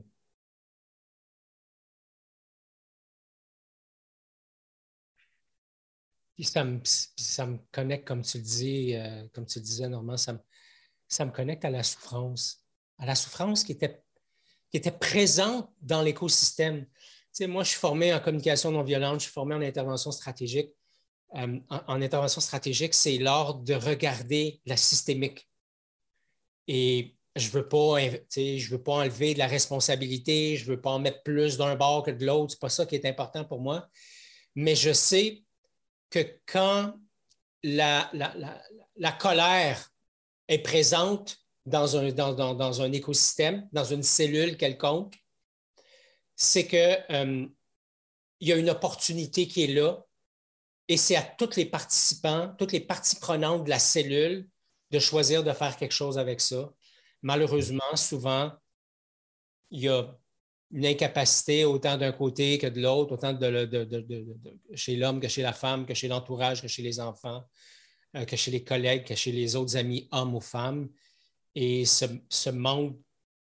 puis ça me, puis ça me connecte, comme tu le dis, euh, comme tu le disais, Normand, ça me, ça me connecte à la souffrance, à la souffrance qui était, qui était présente dans l'écosystème. Tu sais, moi, je suis formé en communication non violente, je suis formé en intervention stratégique. Euh, en, en intervention stratégique, c'est l'art de regarder la systémique. Et je ne veux pas, je veux pas enlever de la responsabilité, je ne veux pas en mettre plus d'un bord que de l'autre. Ce n'est pas ça qui est important pour moi. Mais je sais que quand la, la, la, la colère est présente dans un, dans, dans, dans un écosystème, dans une cellule quelconque, c'est qu'il euh, y a une opportunité qui est là et c'est à tous les participants, toutes les parties prenantes de la cellule de choisir de faire quelque chose avec ça. Malheureusement, souvent, il y a une incapacité autant d'un côté que de l'autre, autant de, de, de, de, de chez l'homme que chez la femme, que chez l'entourage, que chez les enfants, euh, que chez les collègues, que chez les autres amis, hommes ou femmes. Et ce, ce manque,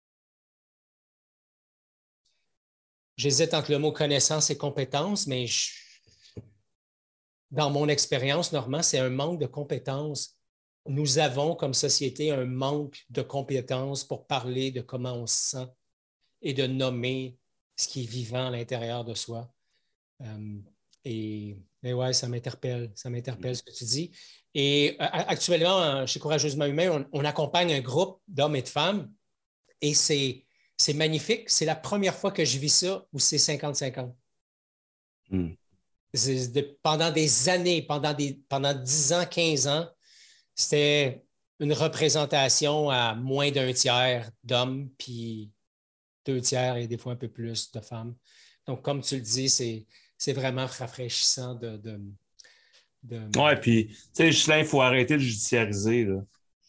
j'hésite entre le mot connaissance et compétence, mais je, dans mon expérience, Normand, c'est un manque de compétences. Nous avons comme société un manque de compétences pour parler de comment on se sent et de nommer ce qui est vivant à l'intérieur de soi. Euh, et, et ouais, ça m'interpelle, ça m'interpelle ce que tu dis. Et euh, actuellement, chez Courageusement Humain, on, on accompagne un groupe d'hommes et de femmes et c'est, c'est magnifique. C'est la première fois que je vis ça où c'est cinquante cinquante. Mm. De, pendant des années, pendant, des, pendant dix ans, quinze ans, c'était une représentation à moins d'un tiers d'hommes, puis deux tiers et des fois un peu plus de femmes. Donc, comme tu le dis, c'est, c'est vraiment rafraîchissant de... de, de... Ouais, puis, tu sais, Ghislain, il faut arrêter de judiciariser, là.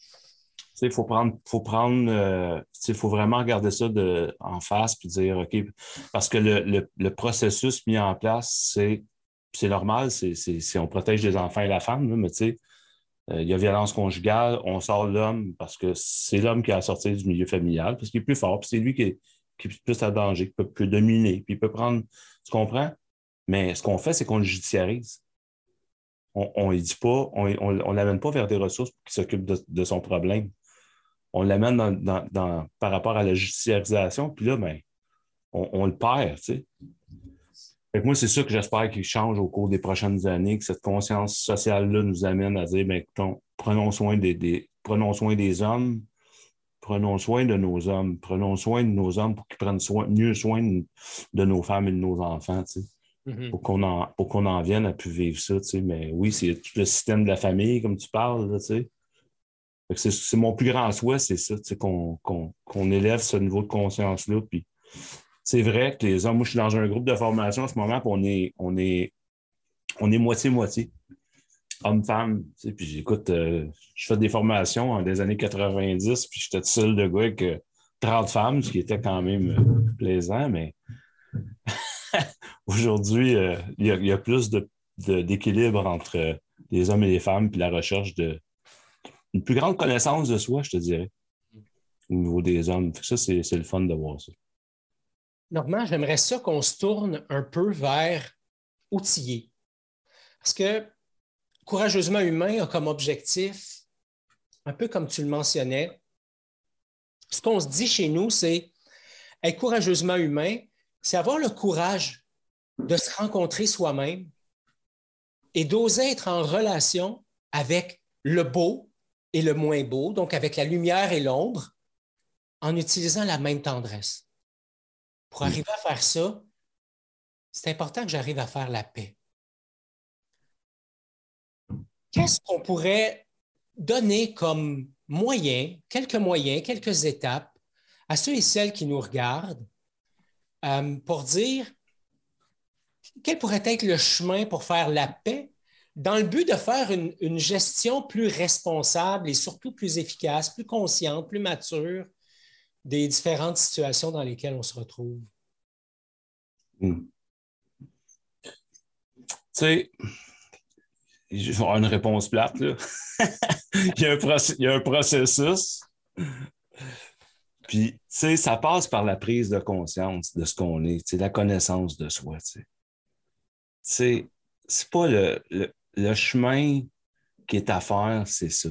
Il faut prendre, faut prendre, euh, il faut vraiment regarder ça de, en face puis dire, OK, parce que le, le, le processus mis en place, c'est, c'est normal, c'est, c'est, c'est, on protège les enfants et la femme, là, mais tu sais, euh, il y a violence conjugale, on sort l'homme parce que c'est l'homme qui a sorti du milieu familial, parce qu'il est plus fort, puis c'est lui qui est, qui est plus à danger, qui peut, peut dominer, puis il peut prendre, tu comprends? Mais ce qu'on fait, c'est qu'on le judiciarise. On ne dit pas, on ne l'amène pas vers des ressources pour qu'il s'occupe de, de son problème. On l'amène dans, dans, dans, par rapport à la judiciarisation, puis là, ben, on, on le perd, tu sais. Fait que moi, c'est ça que j'espère qu'il change au cours des prochaines années, que cette conscience sociale-là nous amène à dire, ben, écoutons, prenons soin des, des, prenons soin des hommes, prenons soin de nos hommes, prenons soin de nos hommes pour qu'ils prennent soin, mieux soin de, de nos femmes et de nos enfants, tu sais. Mm-hmm. Pour qu'on en, pour qu'on en vienne à plus vivre ça, tu sais. Mais oui, c'est tout le système de la famille, comme tu parles, là, tu sais. C'est, c'est mon plus grand souhait, c'est ça, qu'on, qu'on, qu'on élève ce niveau de conscience-là. Puis c'est vrai que les hommes, moi, je suis dans un groupe de formation en ce moment, puis on est, on est, on est moitié-moitié. Homme-femme. Puis j'écoute, euh, je fais des formations en des années quatre-vingt-dix, puis j'étais tout seul de gars avec euh, trente femmes, ce qui était quand même euh, plaisant, mais aujourd'hui, euh, il y a, il y a plus de, de, d'équilibre entre euh, les hommes et les femmes, puis la recherche de une plus grande connaissance de soi, je te dirais, au niveau des hommes. Ça, c'est, c'est le fun de voir ça. Normand, j'aimerais ça qu'on se tourne un peu vers outiller. Parce que Courageusement Humain a comme objectif, un peu comme tu le mentionnais, ce qu'on se dit chez nous, c'est être courageusement humain, c'est avoir le courage de se rencontrer soi-même et d'oser être en relation avec le beau et le moins beau, donc avec la lumière et l'ombre, en utilisant la même tendresse. Pour arriver à faire ça, c'est important que j'arrive à faire la paix. Qu'est-ce qu'on pourrait donner comme moyen, quelques moyens, quelques étapes à ceux et celles qui nous regardent euh, pour dire quel pourrait être le chemin pour faire la paix dans le but de faire une, une gestion plus responsable et surtout plus efficace, plus consciente, plus mature des différentes situations dans lesquelles on se retrouve? Mmh. sais, je vais avoir une réponse plate, là. il, y a un proc- il y a un processus. Puis, tu sais, ça passe par la prise de conscience de ce qu'on est, tu sais, la connaissance de soi, tu sais. Tu sais, c'est pas le, le, le chemin qui est à faire, c'est ça.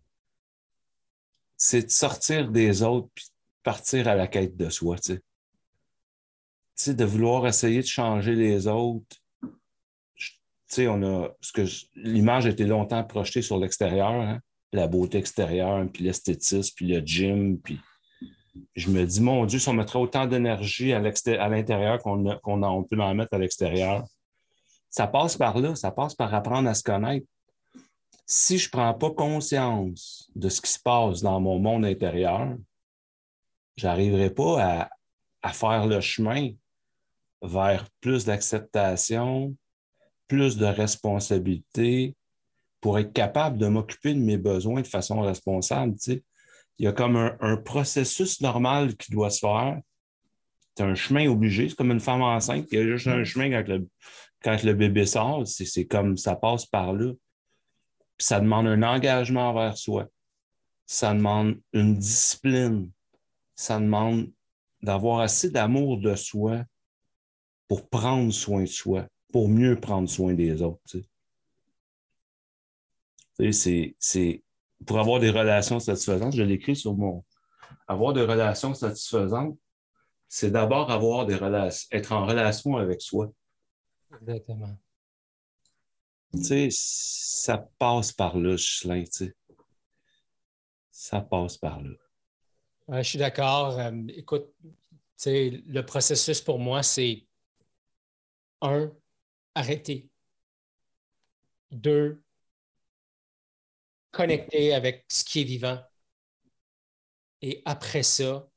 C'est de sortir des autres puis de partir à la quête de soi, tu sais. Tu sais, de vouloir essayer de changer les autres. Tu sais, on a, ce que je- l'image a été longtemps projetée sur l'extérieur, hein, la beauté extérieure, puis l'esthétisme, puis le gym, puis je me dis, mon Dieu, si on mettrait autant d'énergie à, à l'intérieur qu'on, a, qu'on a, on peut en mettre à l'extérieur, ça passe par là, ça passe par apprendre à se connaître. Si je ne prends pas conscience de ce qui se passe dans mon monde intérieur, je n'arriverai pas à, à faire le chemin vers plus d'acceptation, plus de responsabilité pour être capable de m'occuper de mes besoins de façon responsable. Tu sais. Il y a comme un, un processus normal qui doit se faire. C'est un chemin obligé. C'est comme une femme enceinte. Il y a juste un chemin quand le, quand le bébé sort. C'est, c'est comme ça passe par là. Puis ça demande un engagement envers soi. Ça demande une discipline. Ça demande d'avoir assez d'amour de soi pour prendre soin de soi, pour mieux prendre soin des autres. Tu sais. Tu sais, c'est, c'est pour avoir des relations satisfaisantes, je l'écris sur mon. Avoir des relations satisfaisantes, c'est d'abord avoir des relations, être en relation avec soi. Exactement. Tu sais, ça passe par là, Ghislain, tu sais. Ça passe par là. Ouais, je suis d'accord. Euh, écoute, tu sais, le processus pour moi, c'est un, arrêter. Deux, connecter avec ce qui est vivant. Et après ça,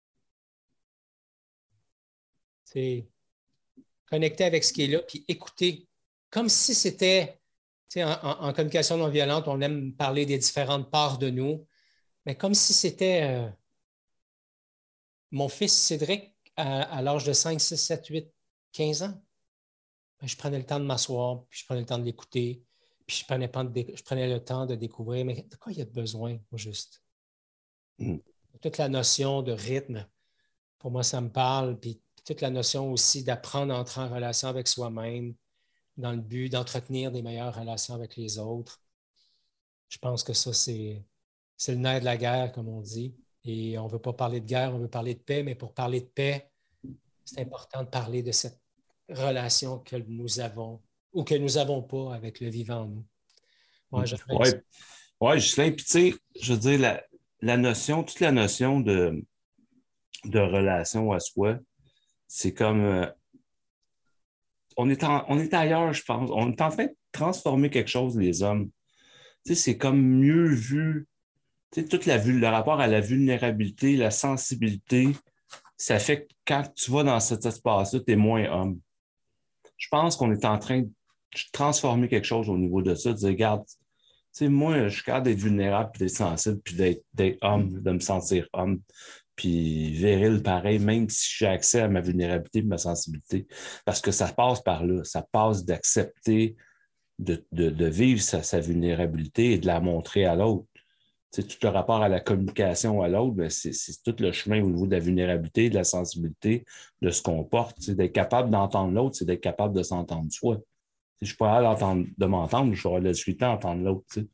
c'est connecter avec ce qui est là, puis écouter comme si c'était, tu sais, en, en, en communication non violente, on aime parler des différentes parts de nous, mais comme si c'était euh, mon fils Cédric à, à l'âge de cinq, six, sept, huit, quinze ans. Ben, je prenais le temps de m'asseoir, puis je prenais le temps de l'écouter, puis je prenais, pas de, je prenais le temps de découvrir, mais de quoi il y a besoin, au juste? Mm. Toute la notion de rythme, pour moi, ça me parle, puis toute la notion aussi d'apprendre à entrer en relation avec soi-même dans le but d'entretenir des meilleures relations avec les autres. Je pense que ça, c'est, c'est le nerf de la guerre, comme on dit. Et on ne veut pas parler de guerre, on veut parler de paix, mais pour parler de paix, c'est important de parler de cette relation que nous avons ou que nous n'avons pas avec le vivant en nous. Moi, j'aimerais Oui, ouais, Ghislain, puis tu sais, je veux dire, la, la notion, toute la notion de, de relation à soi, c'est comme euh, on est, en, on est ailleurs, je pense. On est en train de transformer quelque chose, les hommes. Tu sais, c'est comme mieux vu. Tu sais, toute la, le rapport à la vulnérabilité, la sensibilité, ça fait que quand tu vas dans cet espace-là, tu es moins homme. Je pense qu'on est en train de transformer quelque chose au niveau de ça, de dire, regarde, tu sais, moi, je suis capable d'être vulnérable, puis d'être sensible, puis d'être, d'être homme, de me sentir homme, puis viril pareil, même si j'ai accès à ma vulnérabilité et ma sensibilité. Parce que ça passe par là. Ça passe d'accepter de, de, de vivre sa, sa vulnérabilité et de la montrer à l'autre. Tu sais, tout le rapport à la communication à l'autre, ben c'est, c'est tout le chemin au niveau de la vulnérabilité, de la sensibilité, de ce qu'on porte. Tu sais, d'être capable d'entendre l'autre, c'est d'être capable de s'entendre soi. Si je suis pas capable de m'entendre, je vais avoir de la difficulté à entendre l'autre. Tu sais.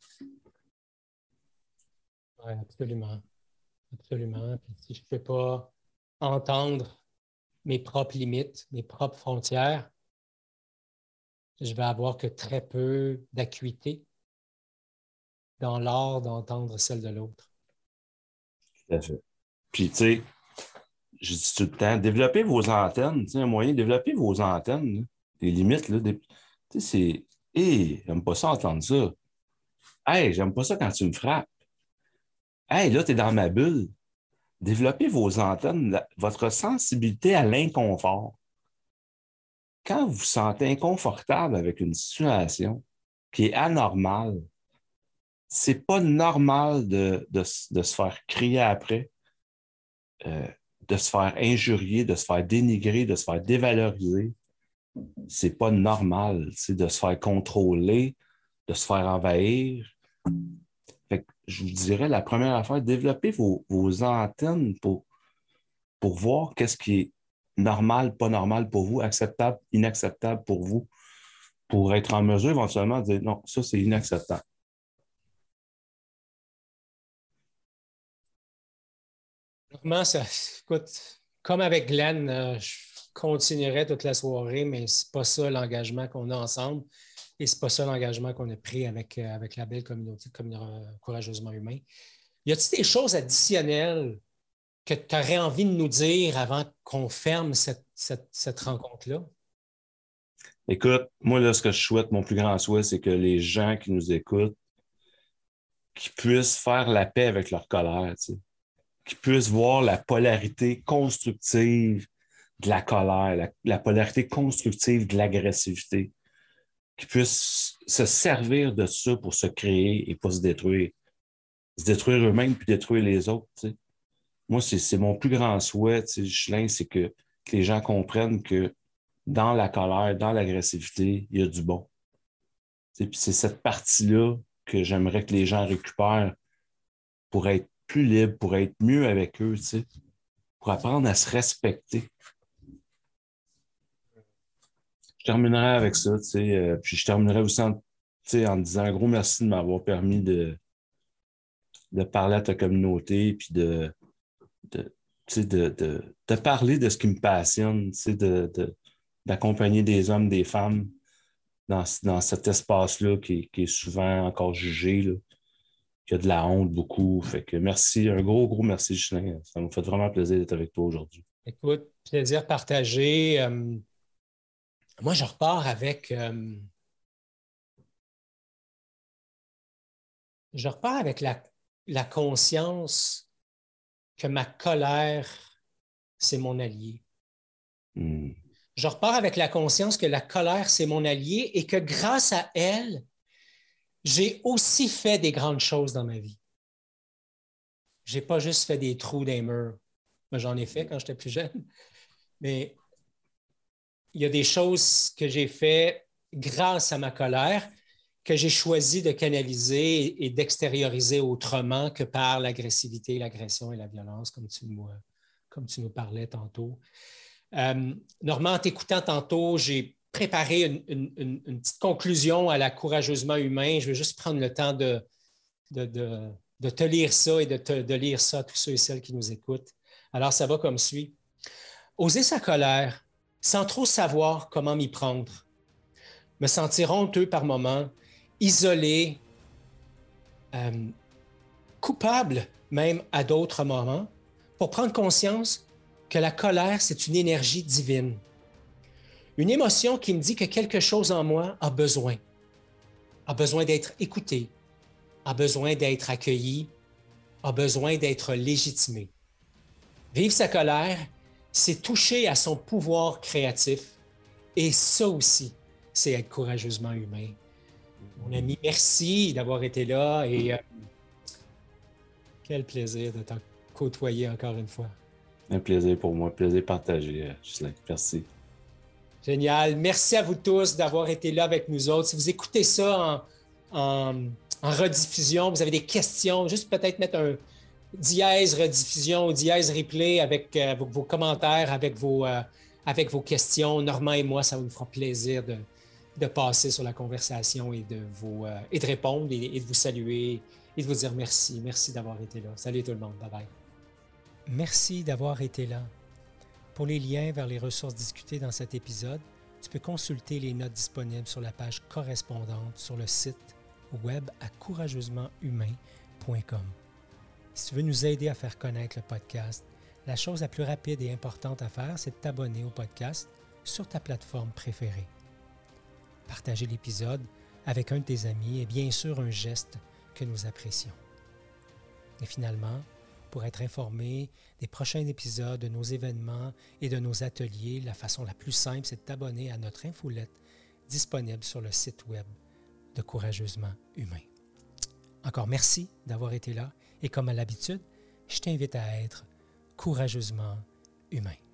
Oui, absolument. Absolument. Puis si je ne peux pas entendre mes propres limites, mes propres frontières, je vais avoir que très peu d'acuité dans l'art d'entendre celle de l'autre. Tout à fait. Puis, tu sais, je dis tout le temps, développez vos antennes. Tu sais, un moyen, développez vos antennes. Là. Les limites, là. Des, tu sais, c'est, hé, j'aime pas ça entendre ça. Hey, j'aime pas ça quand tu me frappes. Hey, là, tu es dans ma bulle. Développez vos antennes, la, votre sensibilité à l'inconfort. Quand vous vous sentez inconfortable avec une situation qui est anormale, c'est pas normal de, de, de se faire crier après, euh, de se faire injurier, de se faire dénigrer, de se faire dévaloriser. c'est pas normal, tu sais, de se faire contrôler, de se faire envahir. Fait que je vous dirais, la première affaire, développez vos, vos antennes pour, pour voir qu'est-ce qui est normal, pas normal pour vous, acceptable, inacceptable pour vous, pour être en mesure éventuellement de dire non, ça c'est inacceptable. Vraiment, ça, écoute, comme avec Glenn, euh, je continuerai toute la soirée, mais c'est pas ça l'engagement qu'on a ensemble et c'est pas ça l'engagement qu'on a pris avec, euh, avec la belle communauté comme euh, Courageusement Humain. Y a-t-il des choses additionnelles que tu aurais envie de nous dire avant qu'on ferme cette, cette, cette rencontre-là? Écoute, moi, là, ce que je souhaite, mon plus grand souhait, c'est que les gens qui nous écoutent, qu'ils puissent faire la paix avec leur colère, tu sais, qu'ils puissent voir la polarité constructive de la colère, la, la polarité constructive de l'agressivité, qu'ils puissent se servir de ça pour se créer et pas se détruire. Se détruire eux-mêmes puis détruire les autres, tu sais. Moi, c'est, c'est mon plus grand souhait, tu sais, Ghislain, c'est que, que les gens comprennent que dans la colère, dans l'agressivité, il y a du bon. Tu sais, puis c'est cette partie-là que j'aimerais que les gens récupèrent pour être plus libres, pour être mieux avec eux, tu sais, pour apprendre à se respecter. Je terminerai avec ça, tu sais, euh, puis je terminerai aussi en, tu sais, en disant un gros merci de m'avoir permis de, de parler à ta communauté, puis de, de, tu sais, de, de, de parler de ce qui me passionne, tu sais, de, de, d'accompagner des hommes, des femmes dans, dans cet espace-là qui, qui est souvent encore jugé, là, qui a de la honte beaucoup. Fait que merci, un gros, gros merci, Ghislain. Ça m'a fait vraiment plaisir d'être avec toi aujourd'hui. Écoute, plaisir partagé. Euh, moi, je repars avec... Euh, je repars avec la, la conscience que ma colère, c'est mon allié. Mm. Je repars avec la conscience que la colère, c'est mon allié et que grâce à elle, j'ai aussi fait des grandes choses dans ma vie. Je n'ai pas juste fait des trous dans les murs. Moi, j'en ai fait quand j'étais plus jeune. Mais il y a des choses que j'ai faites grâce à ma colère que j'ai choisi de canaliser et d'extérioriser autrement que par l'agressivité, l'agression et la violence, comme tu nous, comme tu nous parlais tantôt. Euh, Normand, en t'écoutant tantôt, j'ai préparé une, une, une, une petite conclusion à la Courageusement Humain. Je vais juste prendre le temps de, de, de, de te lire ça et de, te, de lire ça à tous ceux et celles qui nous écoutent. Alors, ça va comme suit. Oser sa colère sans trop savoir comment m'y prendre. Me sentir honteux par moments, isolé, euh, coupable même à d'autres moments, pour prendre conscience que la colère, c'est une énergie divine. Une émotion qui me dit que quelque chose en moi a besoin, a besoin d'être écouté, a besoin d'être accueilli, a besoin d'être légitimé. Vivre sa colère, c'est toucher à son pouvoir créatif. Et ça aussi, c'est être courageusement humain. Mon ami, merci d'avoir été là et euh, quel plaisir de t'en côtoyer encore une fois. Un plaisir pour moi, un plaisir partagé, Ghislain. Merci. Génial. Merci à vous tous d'avoir été là avec nous autres. Si vous écoutez ça en, en, en rediffusion, vous avez des questions, juste peut-être mettre un dièse rediffusion ou dièse replay avec euh, vos, vos commentaires, avec vos, euh, avec vos questions. Normand et moi, ça nous fera plaisir de, de passer sur la conversation et de, vous, euh, et de répondre et, et de vous saluer et de vous dire merci. Merci d'avoir été là. Salut tout le monde. Bye bye. Merci d'avoir été là. Pour les liens vers les ressources discutées dans cet épisode, tu peux consulter les notes disponibles sur la page correspondante sur le site web à courageusement humain point com. Si tu veux nous aider à faire connaître le podcast, la chose la plus rapide et importante à faire, c'est de t'abonner au podcast sur ta plateforme préférée. Partager l'épisode avec un de tes amis est bien sûr un geste que nous apprécions. Et finalement, pour être informé des prochains épisodes, de nos événements et de nos ateliers, la façon la plus simple, c'est de t'abonner à notre infolette disponible sur le site web de Courageusement Humain. Encore merci d'avoir été là et comme à l'habitude, je t'invite à être courageusement humain.